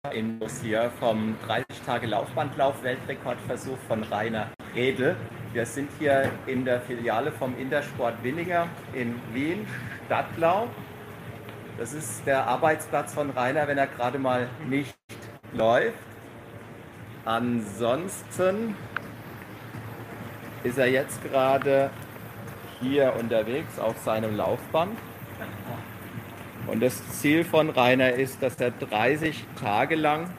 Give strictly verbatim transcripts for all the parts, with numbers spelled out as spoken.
Infos hier vom dreißig-Tage-Laufbandlauf-Weltrekordversuch von Rainer Redl. Wir sind hier in der Filiale vom Intersport Willinger in Wien, Stadtlau. Das ist der Arbeitsplatz von Rainer, wenn er gerade mal nicht läuft. Ansonsten ist er jetzt gerade hier unterwegs auf seinem Laufband. Und das Ziel von Rainer ist, dass er dreißig Tage lang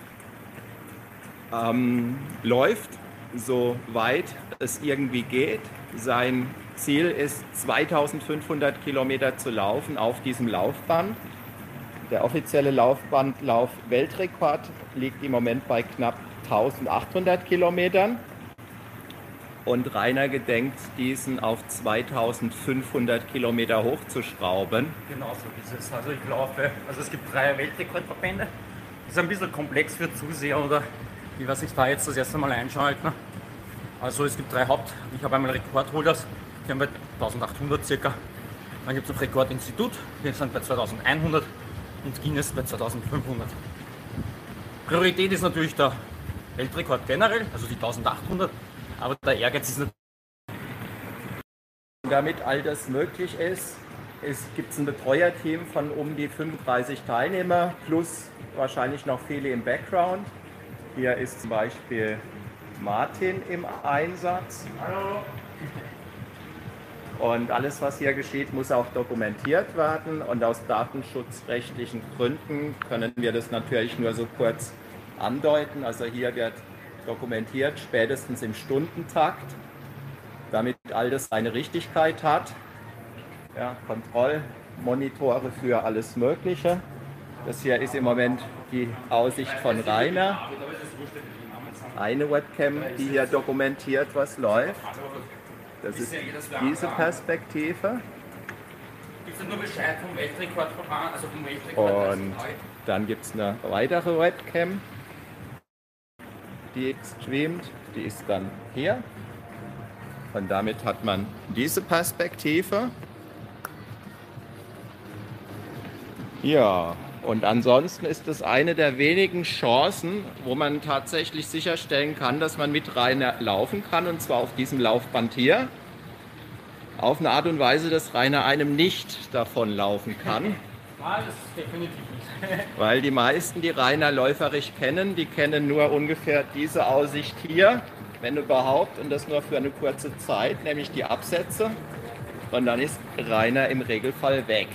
ähm, läuft, so weit es irgendwie geht. Sein Ziel ist, zweitausendfünfhundert Kilometer zu laufen auf diesem Laufband. Der offizielle Laufbandlauf-Weltrekord liegt im Moment bei knapp eintausendachthundert Kilometern. Und Rainer gedenkt, diesen auf zweitausendfünfhundert Kilometer hochzuschrauben. Genau so ist es. Also ich laufe, also es gibt drei Weltrekordverbände. Das ist ein bisschen komplex für Zuseher oder die, was sich da jetzt das erste Mal einschauen. Ne? Also es gibt drei Haupt, ich habe einmal Rekordholders, die haben bei eintausendachthundert circa. Dann gibt es noch Rekordinstitut, die sind bei zweitausendeinhundert und Guinness bei zweitausendfünfhundert. Priorität ist natürlich der Weltrekord generell, also die eintausendachthundert. Aber der Ehrgeiz ist nicht. Damit all das möglich ist, gibt es ein Betreuerteam von um die fünfunddreißig Teilnehmer plus wahrscheinlich noch viele im Background. Hier ist zum Beispiel Martin im Einsatz. Hallo. Und alles, was hier geschieht, muss auch dokumentiert werden. Und aus datenschutzrechtlichen Gründen können wir das natürlich nur so kurz andeuten. Also hier wird dokumentiert, spätestens im Stundentakt, damit all das seine Richtigkeit hat. Ja, Kontrollmonitore für alles Mögliche. Das hier ist im Moment die Aussicht von Rainer. Eine Webcam, die hier dokumentiert, was läuft. Das ist diese Perspektive. Gibt es nur Bescheid vom Weltrekordverfahren, also vom Weltrekord? Und dann gibt es eine weitere Webcam, die streamt, die ist dann hier. Und damit hat man diese Perspektive. Ja, und ansonsten ist es eine der wenigen Chancen, wo man tatsächlich sicherstellen kann, dass man mit Rainer laufen kann, und zwar auf diesem Laufband hier. Auf eine Art und Weise, dass Rainer einem nicht davonlaufen kann. Nein, das ist definitiv nicht. Weil die meisten, die Rainer läuferisch kennen, die kennen nur ungefähr diese Aussicht hier, wenn überhaupt, und das nur für eine kurze Zeit, nämlich die Absätze. Und dann ist Rainer im Regelfall weg.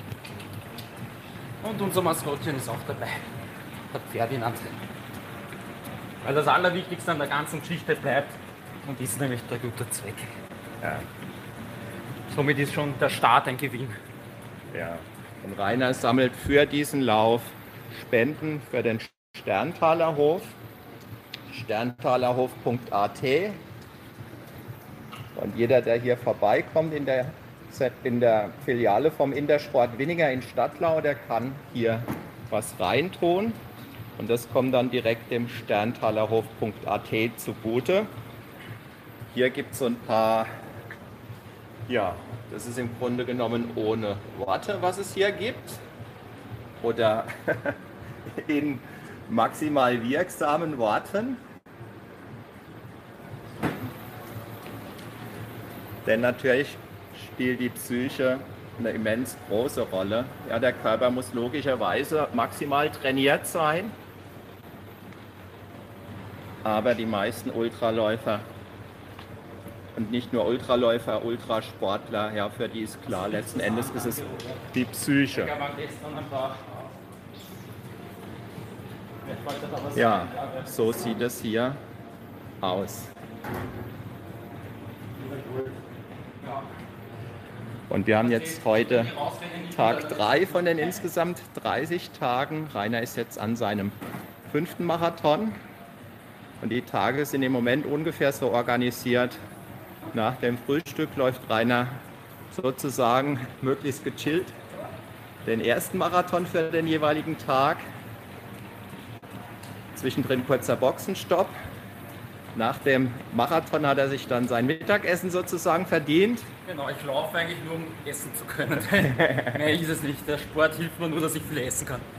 Und unser Maskottchen ist auch dabei, der Ferdinand. Weil das Allerwichtigste an der ganzen Geschichte bleibt, und ist nämlich der gute Zweck. Ja. Somit ist schon der Start ein Gewinn. Ja. Und Rainer sammelt für diesen Lauf Spenden für den Sterntaler Hof, sterntalerhof punkt a t. Und jeder, der hier vorbeikommt in der, in der Filiale vom Intersport Willinger in Stadtlau, der kann hier was reintun. Und das kommt dann direkt dem sterntalerhof punkt a t zugute. Hier gibt es so ein paar, ja, das ist im Grunde genommen ohne Worte, was es hier gibt. Oder in maximal wirksamen Worten. Denn natürlich spielt die Psyche eine immens große Rolle. Ja, der Körper muss logischerweise maximal trainiert sein. Aber die meisten Ultraläufer, und nicht nur Ultraläufer, Ultrasportler, ja, für die ist klar, letzten Endes ist es die Psyche. Ja, so sieht es hier aus. Und wir haben jetzt heute Tag drei von den insgesamt dreißig Tagen. Rainer ist jetzt an seinem fünften Marathon. Und die Tage sind im Moment ungefähr so organisiert. Nach dem Frühstück läuft Rainer sozusagen möglichst gechillt den ersten Marathon für den jeweiligen Tag. Zwischendrin kurzer Boxenstopp. Nach dem Marathon hat er sich dann sein Mittagessen sozusagen verdient. Genau, ich laufe eigentlich nur, um essen zu können. Mehr ist es nicht. Der Sport hilft mir nur, dass ich viel essen kann.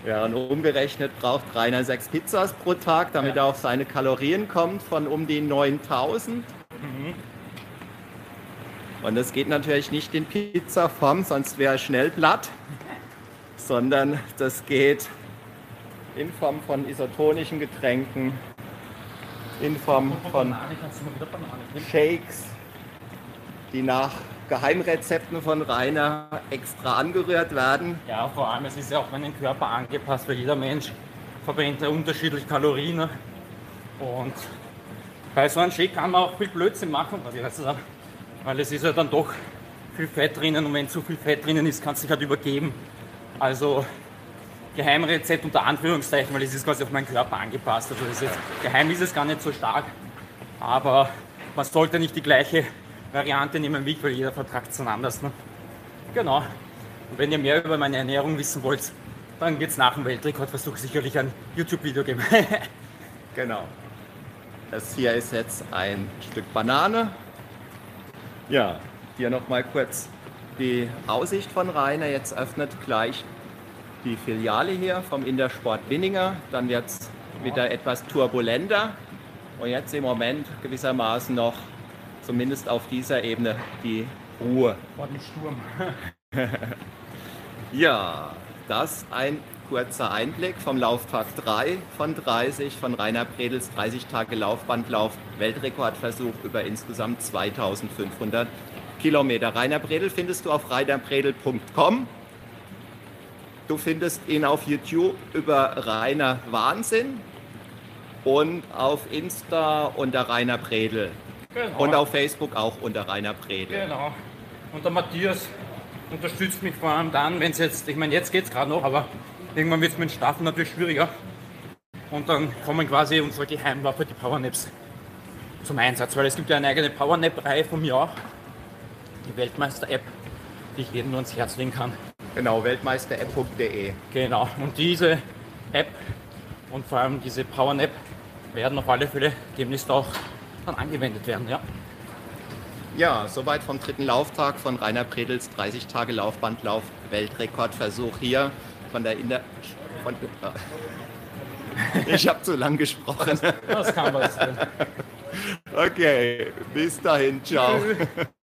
Ja, und umgerechnet braucht Rainer sechs Pizzas pro Tag, damit ja. er auf seine Kalorien kommt von um die neuntausend. Mhm. Und es geht natürlich nicht in Pizzaform, sonst wäre er schnell platt, sondern das geht in Form von isotonischen Getränken, in Form von Shakes, die nach Geheimrezepten von Rainer extra angerührt werden. Ja, vor allem, es ist ja auch an den Körper angepasst, weil jeder Mensch verbrennt ja unterschiedlich Kalorien. Und bei so einem Shake kann man auch viel Blödsinn machen, was ich weiß, weil es ist ja dann doch viel Fett drinnen und wenn zu viel Fett drinnen ist, kannst du dich halt übergeben. Also Geheimrezept unter Anführungszeichen, weil es ist quasi auf meinen Körper angepasst. Also das ist jetzt, geheim ist es gar nicht so stark, aber man sollte nicht die gleiche Variante nehmen wie ich, weil jeder vertragt es dann anders. Ne? Genau. Und wenn ihr mehr über meine Ernährung wissen wollt, dann geht es nach dem Weltrekordversuch sicherlich ein YouTube-Video geben. Genau. Das hier ist jetzt ein Stück Banane. Ja, hier nochmal kurz die Aussicht von Rainer. Jetzt öffnet gleich die Filiale hier vom Intersport Winninger. Dann wird es wieder etwas turbulenter. Und jetzt im Moment gewissermaßen noch, zumindest auf dieser Ebene, die Ruhe. Vor dem Sturm. Ja, das ein kurzer Einblick vom Lauftag drei von dreißig von Rainer Predels dreißig Tage Laufbandlauf Weltrekordversuch über insgesamt zweitausendfünfhundert Kilometer. Rainer Predel findest du auf rainer predel punkt com. Du findest ihn auf YouTube über Rainer Wahnsinn und auf Insta unter Rainer Predel. Genau. Und auf Facebook auch unter Rainer Predel. Genau. Und der Matthias unterstützt mich vor allem dann, wenn es jetzt, ich meine, jetzt geht es gerade noch, aber irgendwann wird es mit dem Schlafen natürlich schwieriger. Und dann kommen quasi unsere Geheimwaffe, die Powernaps, zum Einsatz. Weil es gibt ja eine eigene Powernap-Reihe von mir auch, die Weltmeister-App, die ich jedem nur ans Herz legen kann. Genau, weltmeister app punkt de. Genau, und diese App und vor allem diese Powernap werden auf alle Fälle demnächst auch dann angewendet werden, ja. Ja, soweit vom dritten Lauftag von Rainer Predels dreißig Tage Laufbandlauf Weltrekordversuch hier von der Inter... Von, ich habe zu lang gesprochen. Das, das kann was. Okay, bis dahin, ciao.